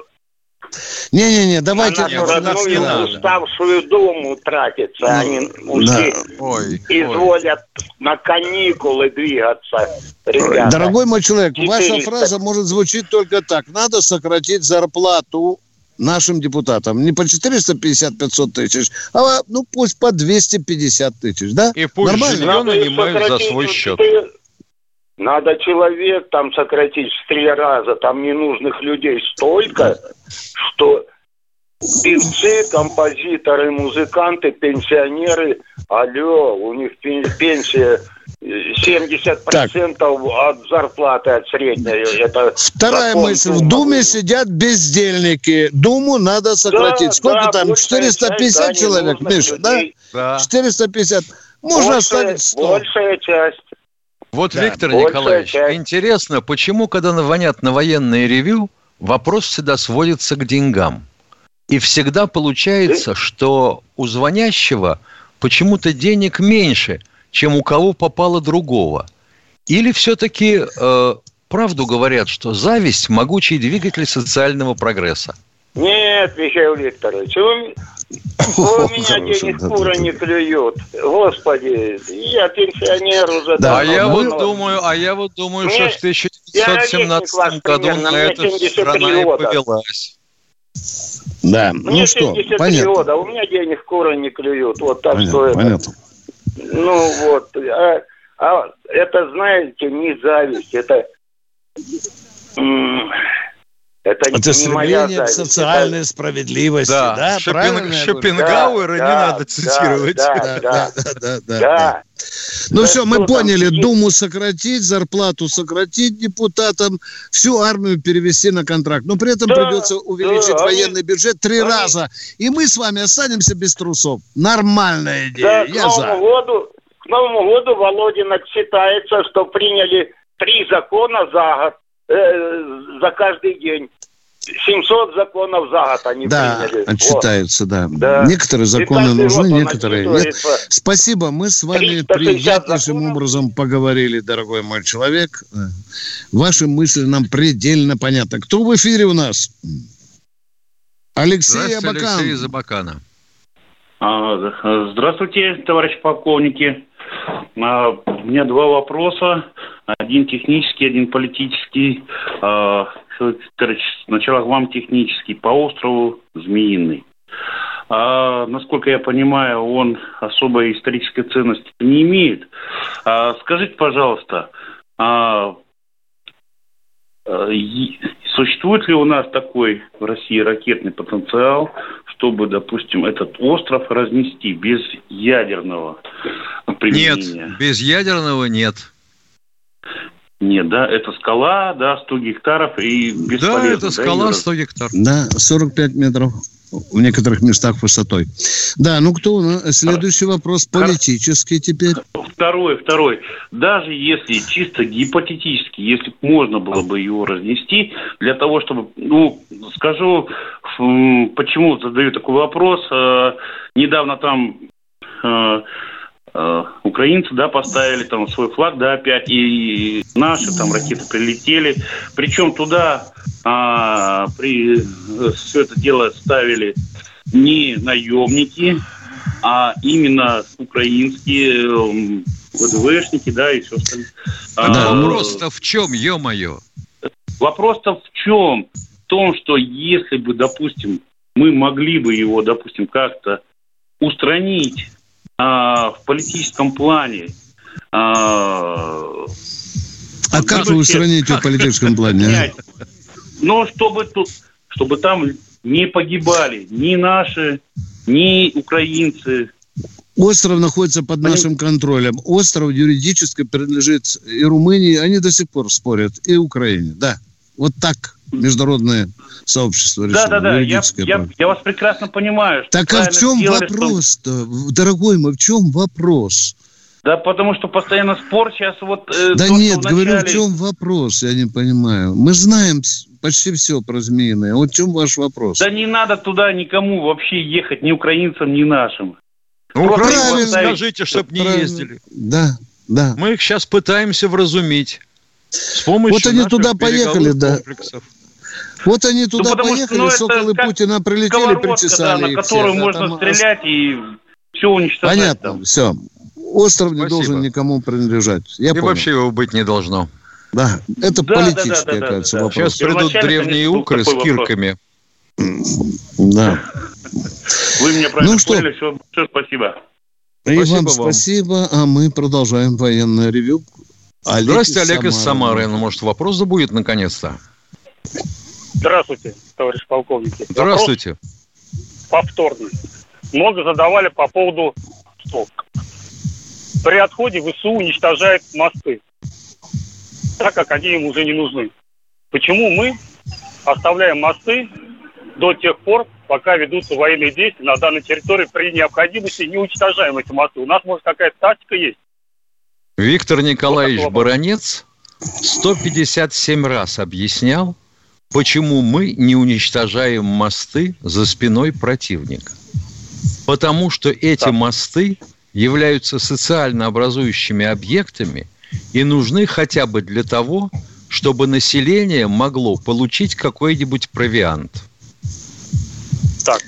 Не, давайте... На родную уставшую Думу тратится. Они изволят на каникулы двигаться. Ребята. Дорогой мой человек, 400. Ваша фраза может звучать только так. Надо сократить зарплату нашим депутатам. Не по 450-500 тысяч, а пусть по 250 тысяч, да? И пусть жилье нанимают за свой счет. Надо человек там сократить в 3 раза. Там ненужных людей столько, что певцы, композиторы, музыканты, пенсионеры, у них пенсия 70% от зарплаты, от средней. Это вторая мысль. В Думе сидят бездельники. Думу надо сократить. Сколько там? 450 человек, Миша, да? 450. Можно оставить 100. Большая часть. Вот, Виктор Николаевич, интересно, почему, когда звонят на военное ревью, вопрос всегда сводится к деньгам. И всегда получается, что у звонящего почему-то денег меньше, чем у кого попало другого. Или все-таки правду говорят, что зависть – могучий двигатель социального прогресса? Нет, Михаил Викторович, у меня денег кура не клюют. Господи, я пенсионер уже. Да, а я вот думаю, что в 1917 году на эту страна и повелась. Да, мне 73 года, у меня денег кура не клюют. Вот так что понятно. Это, знаете, не зависть, это... Это стремление к социальной справедливости, да? Шопенгауэра не надо цитировать. Да. Ну все, мы поняли. Думу сократить, зарплату сократить депутатам, всю армию перевести на контракт. Но при этом придется увеличить военный бюджет 3 раза. И мы с вами останемся без трусов. Нормальная идея. Я за. К Новому году, Володин, отчитается, что приняли 3 закона за каждый день. 700 законов за год они приняли. Да, отчитаются, да. Некоторые законы нужны, некоторые нет. Спасибо, мы с вами приятнейшим образом поговорили, дорогой мой человек. Ваши мысли нам предельно понятны. Кто в эфире у нас? Алексей Абакан. Алексей из Абакана. Здравствуйте, товарищи полковники. У меня 2 вопроса. Один технический, один политический. Сначала к вам технический. По острову Змеиный. Насколько я понимаю, он особой исторической ценности не имеет. Скажите, пожалуйста, существует ли у нас такой в России ракетный потенциал, чтобы, допустим, этот остров разнести без ядерного применения? Нет, без ядерного нет. Нет, да, это скала, да, 100 гектаров и бесполезно. Да, это скала, 100 гектаров. Да, 45 метров в некоторых местах высотой. Да, ну кто у нас? Следующий вопрос политический теперь. Второй. Даже если чисто гипотетически, если можно было бы его разнести, для того, чтобы, скажу, почему задаю такой вопрос. Недавно там украинцы, да, поставили там свой флаг, да, опять, и наши там ракеты прилетели. Причем туда все это дело ставили не наемники, а именно украинские ВДВшники, да, и все остальное. Вопрос-то в чем, ё-моё? Вопрос-то в чем? В том, что если бы, допустим, мы могли бы его, допустим, как-то устранить в политическом плане. Как вы устраните в политическом плане? Но чтобы там не погибали ни наши, ни украинцы. Остров находится под нашим контролем. Остров юридически принадлежит и Румынии, они до сих пор спорят, и Украине. Да, вот так международное сообщество решило. Да. Я вас прекрасно понимаю. Так а в чем вопрос-то? Дорогой мой, в чем вопрос? Да потому что постоянно спор сейчас вот... Да нет, говорю, в чем вопрос, я не понимаю. Мы знаем почти все про Змеиное. Вот в чем ваш вопрос? Да не надо туда никому вообще ехать, ни украинцам, ни нашим. Правильно, скажите, чтобы не ездили. Да. Мы их сейчас пытаемся вразумить. С помощью вот они туда поехали, комплексов. Вот они туда поехали, соколы Путина прилетели, причесали на которую можно стрелять и все уничтожать. Понятно, все. Остров не должен никому принадлежать. Я понял. Вообще его быть не должно. Да, это политический, кажется, вопрос. Сейчас придут древние укры с кирками. Да. Вы меня правильно поняли, все, спасибо. И вам спасибо, а мы продолжаем военное ревью. Здравствуйте, Олег из Самары. Может, вопрос будет наконец-то? Здравствуйте, товарищ полковники. Здравствуйте. Вопрос повторный. Много задавали по поводу СОК. При отходе ВСУ уничтожают мосты, так как они им уже не нужны. Почему мы оставляем мосты до тех пор, пока ведутся военные действия на данной территории, при необходимости не уничтожаем эти мосты? У нас, может, какая-то тактика есть? Виктор Николаевич Баранец 157 раз объяснял, почему мы не уничтожаем мосты за спиной противника. Потому что эти мосты являются социально образующими объектами и нужны хотя бы для того, чтобы население могло получить какой-нибудь провиант. Так.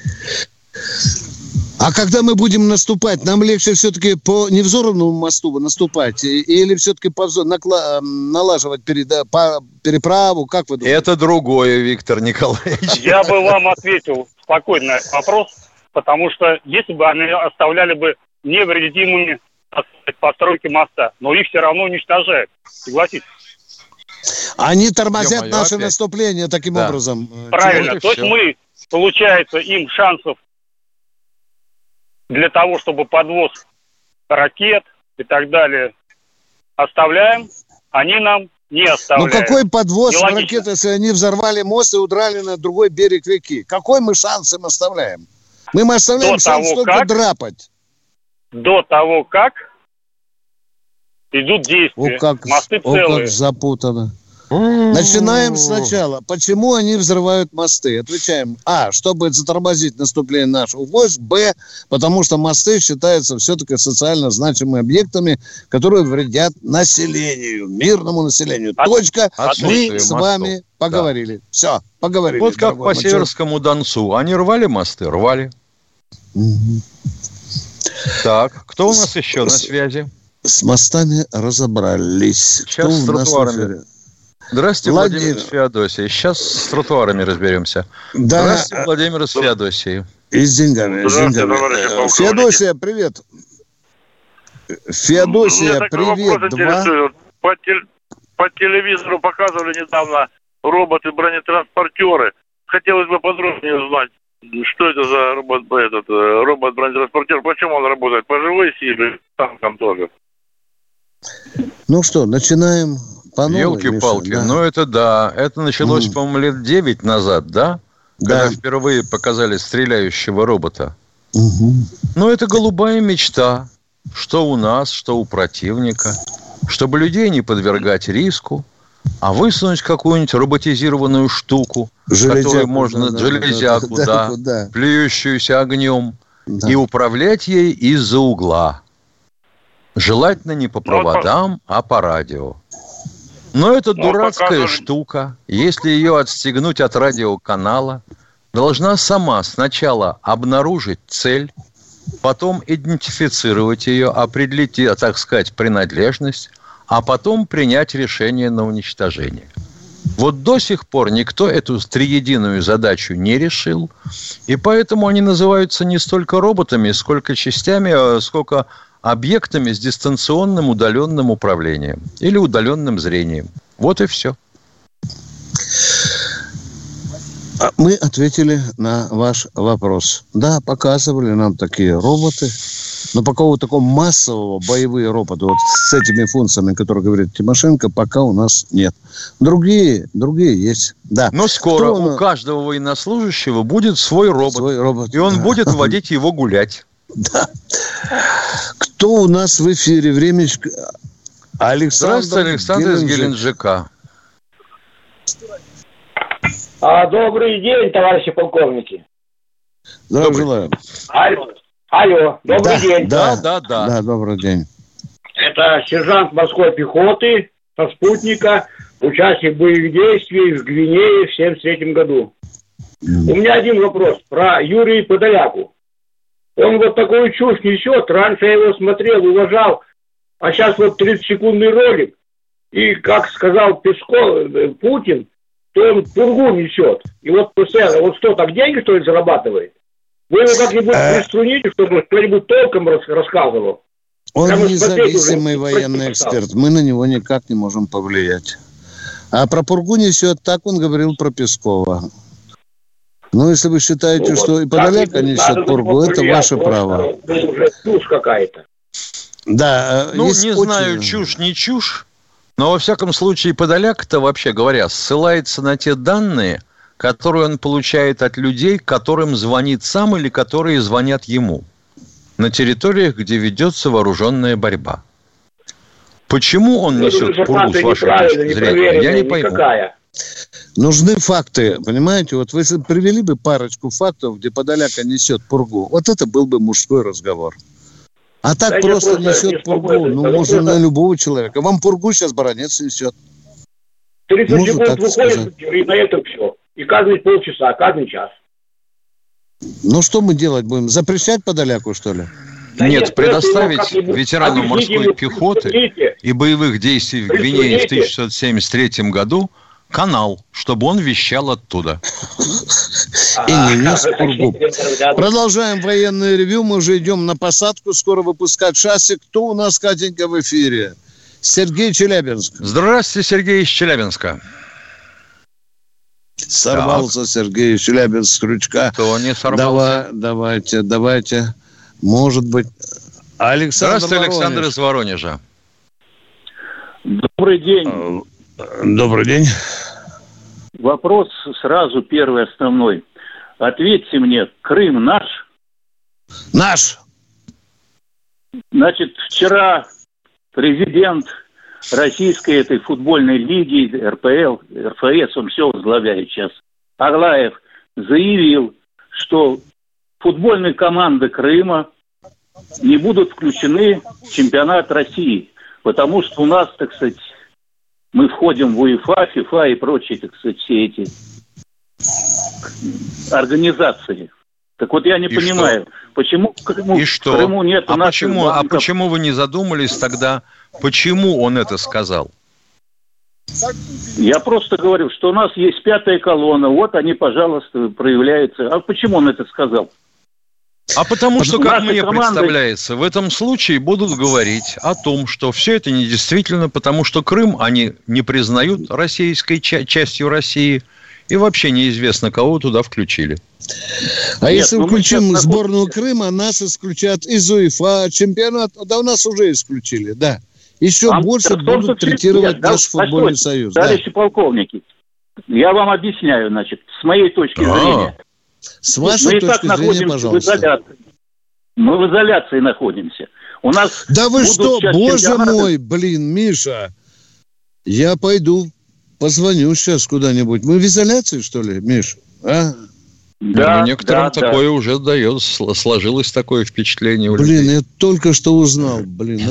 А когда мы будем наступать, нам легче все-таки по невзорванному мосту наступать или все-таки налаживать переправу? Как вы думаете? Это другое, Виктор Николаевич. Я бы вам ответил спокойно на этот вопрос, потому что если бы они оставляли бы невредимыми постройки моста, но их все равно уничтожают. Согласитесь. Они тормозят наше наступление таким образом. Правильно. Вот то есть мы, получается, им шансов для того, чтобы подвоз ракет и так далее оставляем, они нам не оставляют. Ну какой подвоз ракет, если они взорвали мост и удрали на другой берег реки? Какой мы шанс им оставляем? Мы им оставляем шанс только драпать. До того, как идут действия. Мосты целые. Как запутано. Начинаем сначала. Почему они взрывают мосты? Отвечаем. А, чтобы затормозить наступление наших войск. Б, потому что мосты считаются все-таки социально значимыми объектами, которые вредят населению, мирному населению. Точка. Мы с вами поговорили. Да. Все, поговорили. Вот как по Северскому Донцу. Они рвали мосты? Рвали. Так, кто у нас еще на связи? С мостами разобрались. Сейчас с тротуарами. Здравствуйте, Владимир из Феодосии. Сейчас с тротуарами разберемся. Да. Здравствуйте, Владимир из Феодосии. И с деньгами. Феодосия, привет. Феодосия, привет. По телевизору показывали недавно роботы-бронетранспортеры. Хотелось бы подробнее узнать, что это за робот-бронетранспортер, почему он работает, по живой силе, танком тоже. Ну что, начинаем по новой. Елки-палки, да. Это началось, по-моему, лет 9 назад, да? Когда впервые показали стреляющего робота. Это голубая мечта, что у нас, что у противника, чтобы людей не подвергать риску, а высунуть какую-нибудь роботизированную штуку, которую можно, железяку, плюющуюся огнем, и управлять ей из-за угла. Желательно не по проводам, а по радио. Но это дурацкая штука, если ее отстегнуть от радиоканала, должна сама сначала обнаружить цель, потом идентифицировать ее, определить, так сказать, принадлежность, а потом принять решение на уничтожение. Вот до сих пор никто эту триединую задачу не решил, и поэтому они называются не столько роботами, сколько частями, сколько объектами с дистанционным удаленным управлением или удаленным зрением. Вот и все. Мы ответили на ваш вопрос. Да, показывали нам такие роботы, но пока вот такого массового боевые роботы вот с этими функциями, которые говорит Тимошенко, пока у нас нет. Другие есть. Да. Но скоро у каждого военнослужащего будет свой робот. И он будет водить его гулять. Да. Кто у нас в эфире? Времечко. Здравствуйте, Александр из Геленджика. Добрый день, товарищи полковники. Здравия желаю. Алло, добрый день. Да, добрый день. Это сержант морской пехоты со спутника, участник боевых действий в Гвинее в 1973 году. У меня один вопрос про Юрия Подоляку. Он вот такую чушь несет. Раньше я его смотрел, уважал, а сейчас вот 30-секундный ролик. И, как сказал Путин, то он пургу несет. И вот постоянно, вот что, так деньги, что ли, зарабатывает? Вы его как-нибудь приструните, чтобы кто-нибудь толком рассказывал? Он независимый военный эксперт. Мы на него никак не можем повлиять. А про пургу несет, так он говорил про Пескова. Ну, если вы считаете, что и Подоляк несет пургу, это ваше право. Это уже чушь какая-то. Да. Не знаю, чушь, не чушь. Но, во всяком случае, Подоляк-то, вообще говоря, ссылается на те данные, которые он получает от людей, которым звонит сам или которые звонят ему на территориях, где ведется вооруженная борьба. Почему он несет пургу, с вашей точки зрения, я не пойму. Нужны факты, понимаете? Вот вы привели бы парочку фактов, где Подоляка несет пургу. Вот это был бы мужской разговор. А так просто несет пургу. Можно на любого человека. Вам пургу сейчас баронец несет. 30 секунд выходит, и на этом все. И каждые полчаса, каждый час. Ну, что мы делать будем? Запрещать Подоляку, что ли? Нет, предоставить ветерану морской пехоты и боевых действий в Гвинее в 1973 году канал, чтобы он вещал оттуда. И не нес пургу. Продолжаем военное ревью. Мы уже идем на посадку. Скоро выпускать шасси. Кто у нас, Катенька, в эфире? Сергей, Челябинск. Здравствуйте, Сергей из Челябинска. Сорвался Сергей из Челябинска с крючка. Кто не сорвался? Давайте. Может быть. Александр. Здравствуйте, Александр из Воронежа. Добрый день. Добрый день. Вопрос сразу первый, основной. Ответьте мне, Крым наш? Наш. Значит, вчера президент российской этой футбольной лиги, РПЛ, РФС, он все возглавляет сейчас, Аглаев, заявил, что футбольные команды Крыма не будут включены в чемпионат России, потому что у нас, так сказать, мы входим в УЕФА, ФИФА и прочие, так сказать, все эти организации. Так вот, я не понимаю, почему в Крыму нет наших банков. Почему вы не задумались тогда, почему он это сказал? Я просто говорю, что у нас есть пятая колонна, вот они, пожалуйста, проявляются. А почему он это сказал? А потому что, как мне представляется, в этом случае будут говорить о том, что все это недействительно, потому что Крым они не признают российской частью России, и вообще неизвестно, кого туда включили. А если включим сборную Крыма, нас исключат из УЕФА, чемпионат, да у нас уже исключили, да. Еще больше будут третировать наш футбольный союз. Товарищи полковники, я вам объясняю, значит, с моей точки зрения. С вашей точки зрения, пожалуйста. Мы в изоляции находимся. У нас да вы что, боже мой, Миша, я пойду, позвоню сейчас куда-нибудь. Мы в изоляции, что ли, Миша? А? Да, некоторым такое уже дает, сложилось такое впечатление у людей. Я только что узнал,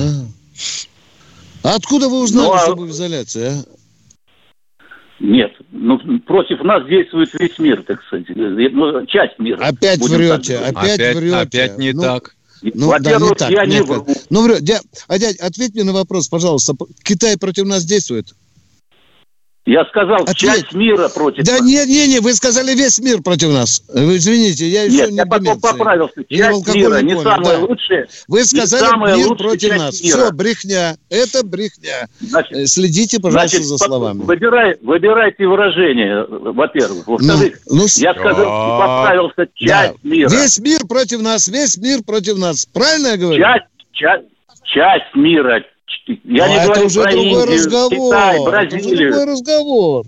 А откуда вы узнали, что мы в изоляции, а? Нет, против нас действует весь мир, так сказать, часть мира. Опять врете, врете. Опять не так. Во-первых, не так, я не вру. Дядь, ответь мне на вопрос, пожалуйста. Китай против нас действует? Я сказал, часть мира против нас. Да не, вы сказали весь мир против нас. Вы извините, я еще я потом поправился. Часть мира не самое лучшее. Вы сказали мир против нас. Все, брехня. Это брехня. Следите, пожалуйста, за словами. Выбирайте выражение, во-первых. Во-вторых, я сказал, поправился, часть мира. Весь мир против нас, весь мир против нас. Правильно я говорю? Часть мира. Я не говорю уже про другой Индию, разговор. Китай, Бразилию. Это другой разговор.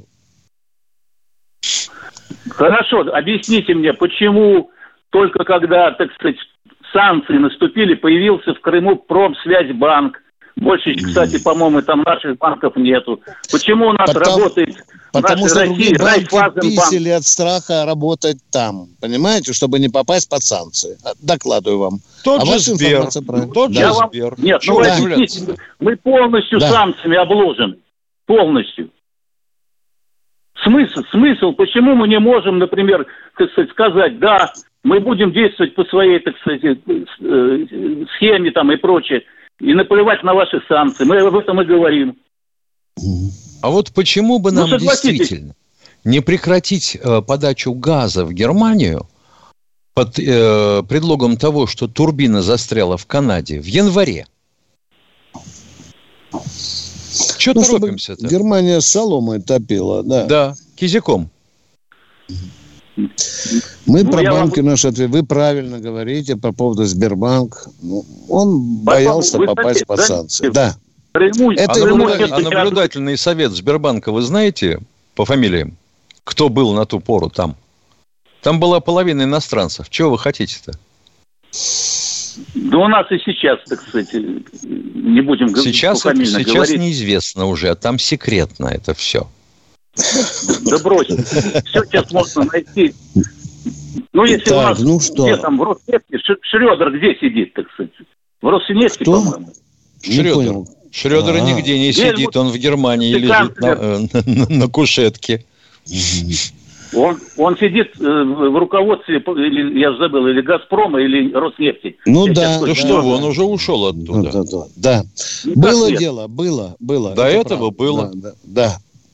Хорошо, объясните мне, почему только когда, так сказать, санкции наступили, появился в Крыму Промсвязьбанк. Больше, кстати, по-моему, там наших банков нету. Почему у нас работает Потому что России, другие банки писали от страха работать там. Понимаете, чтобы не попасть под санкции. Докладываю вам. Тот же Сбер. Сбер. Нет, объясните, мы полностью санкциями обложены. Полностью. Смысл, почему мы не можем, например, так сказать, сказать, да, мы будем действовать по своей, так сказать, схеме там и прочее, и наплевать на ваши санкции. Мы об этом и говорим. А вот почему бы нам действительно не прекратить подачу газа в Германию под предлогом того, что турбина застряла в Канаде в январе? Чего торопимся-то? Германия соломой топила, да. Да, кизиком. Мы про банки наши ответили. Вы правильно говорите по поводу Сбербанк. Он боялся попасть под санкции. Да. Наблюдательный совет Сбербанка вы знаете по фамилиям? Кто был на ту пору там? Там была половина иностранцев. Чего вы хотите-то? Да у нас и сейчас, так сказать, не будем говорить. Сейчас неизвестно уже, а там секретно это все. Да брось. Все сейчас можно найти. Если у нас где там в Роснефти, Шрёдер где сидит, так сказать? В Роснефти, по-моему. Шрёдер нигде не сидит, он в Германии лежит на кушетке. Он сидит в руководстве, я забыл, или «Газпрома», или «Роснефти». Он уже ушел оттуда. Да. Было дело, было. До этого было. Да.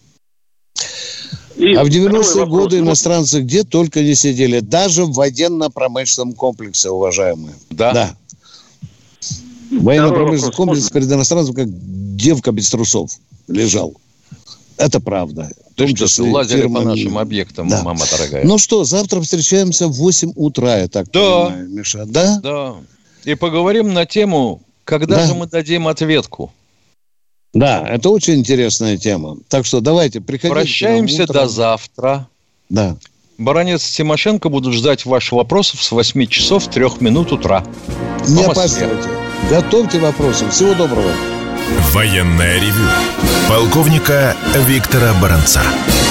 А в 90-е годы иностранцы где только не сидели, даже в военно-промышленном комплексе, уважаемые. Да. Военно-промышленный комплекс перед иностранцем как девка без трусов лежал. Это правда. То, что лазили по нашим объектам, да. Мама дорогая. Ну что, завтра встречаемся в 8 утра, я так понимаю, Миша. Да? Да. И поговорим на тему, когда же мы дадим ответку. Да, это очень интересная тема. Так что давайте, приходите. Прощаемся до завтра. Да. Баранец и Тимошенко будут ждать ваших вопросов с 8 часов 3 минут утра. Не опаздывайте. Готовьте вопросы. Всего доброго. Военное ревю полковника Виктора Баранца.